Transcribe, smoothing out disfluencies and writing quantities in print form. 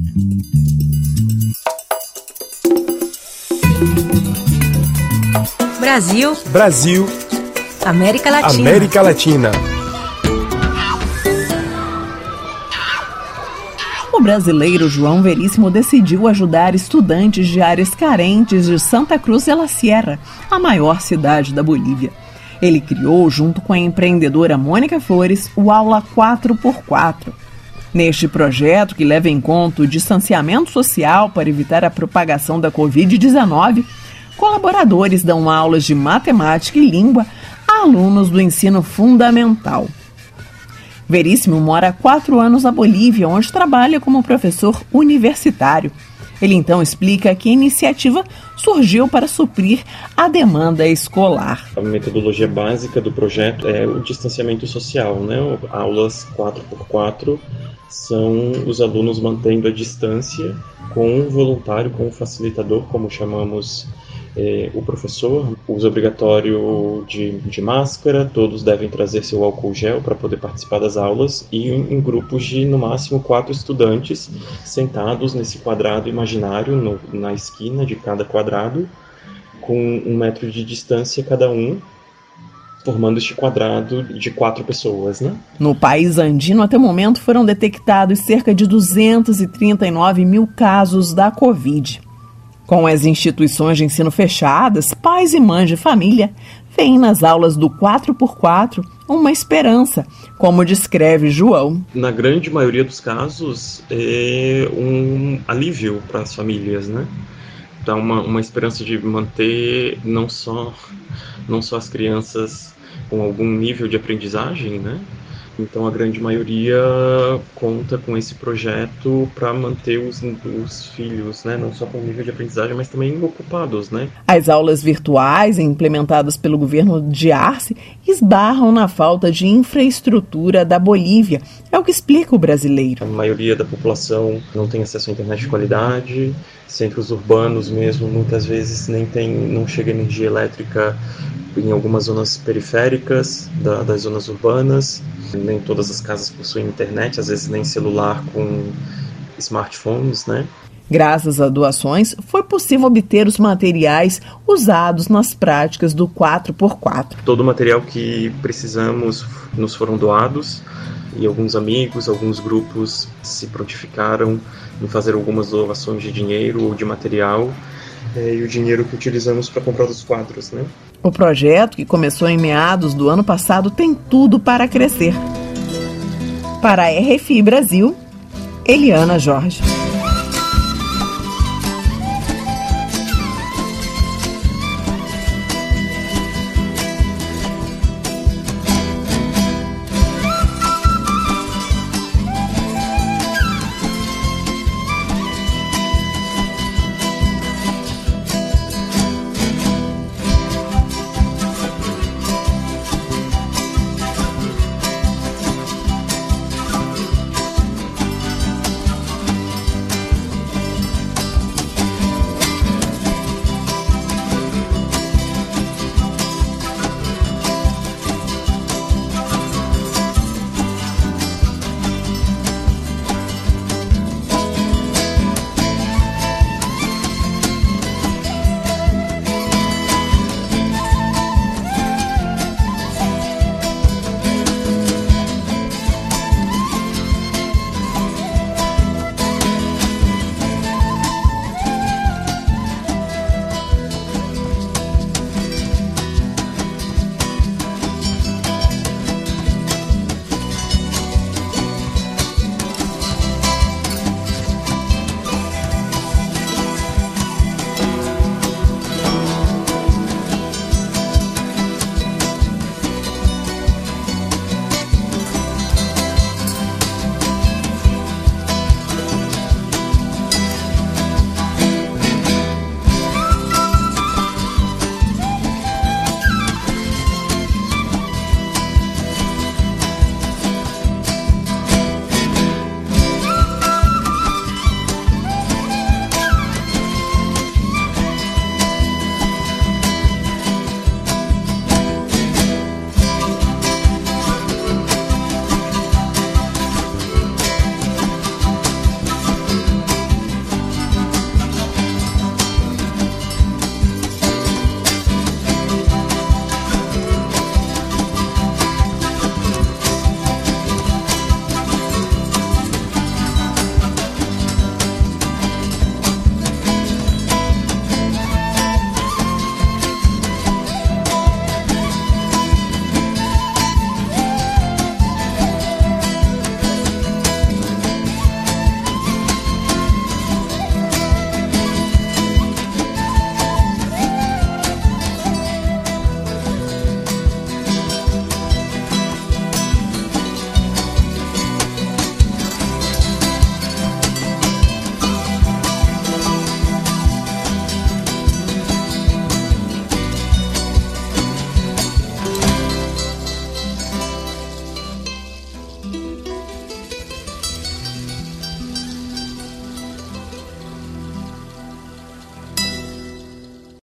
Brasil. América Latina. O brasileiro João Veríssimo decidiu ajudar estudantes de áreas carentes de Santa Cruz de la Sierra, a maior cidade da Bolívia. Ele criou, junto com a empreendedora Mônica Flores, o Aula 4x4. Neste projeto, que leva em conta o distanciamento social para evitar a propagação da Covid-19, colaboradores dão aulas de matemática e língua a alunos do ensino fundamental. Veríssimo mora há 4 anos na Bolívia, onde trabalha como professor universitário. Ele então explica que a iniciativa surgiu para suprir a demanda escolar. A metodologia básica do projeto é o distanciamento social, né? Aulas 4x4 são os alunos mantendo a distância com um voluntário, com um facilitador, como chamamos o professor. Uso obrigatório de máscara, todos devem trazer seu álcool gel para poder participar das aulas e em grupos de no máximo 4 estudantes sentados nesse quadrado imaginário na esquina de cada quadrado, com 1 metro de distância cada um, formando este quadrado de 4 pessoas, né? No país andino, até o momento, foram detectados cerca de 239 mil casos da Covid. Com as instituições de ensino fechadas, pais e mães de família veem nas aulas do 4x4 uma esperança, como descreve João. Na grande maioria dos casos, é um alívio para as famílias, né? Dá uma esperança de manter não só as crianças com algum nível de aprendizagem, né? Então a grande maioria conta com esse projeto para manter os filhos, né? Não só com nível de aprendizagem, mas também ocupados, né? As aulas virtuais, implementadas pelo governo de Arce, esbarram na falta de infraestrutura da Bolívia. É o que explica o brasileiro. A maioria da população não tem acesso à internet de qualidade, centros urbanos mesmo, muitas vezes não chega energia elétrica em algumas zonas periféricas das zonas urbanas. Nem todas as casas possuem internet, às vezes nem celular com smartphones, né? Graças a doações, foi possível obter os materiais usados nas práticas do 4x4. Todo o material que precisamos nos foram doados e alguns amigos, alguns grupos se prontificaram em fazer algumas doações de dinheiro ou de material e o dinheiro que utilizamos para comprar os quadros, né? O projeto, que começou em meados do ano passado, tem tudo para crescer. Para a RFI Brasil, Eliana Jorge.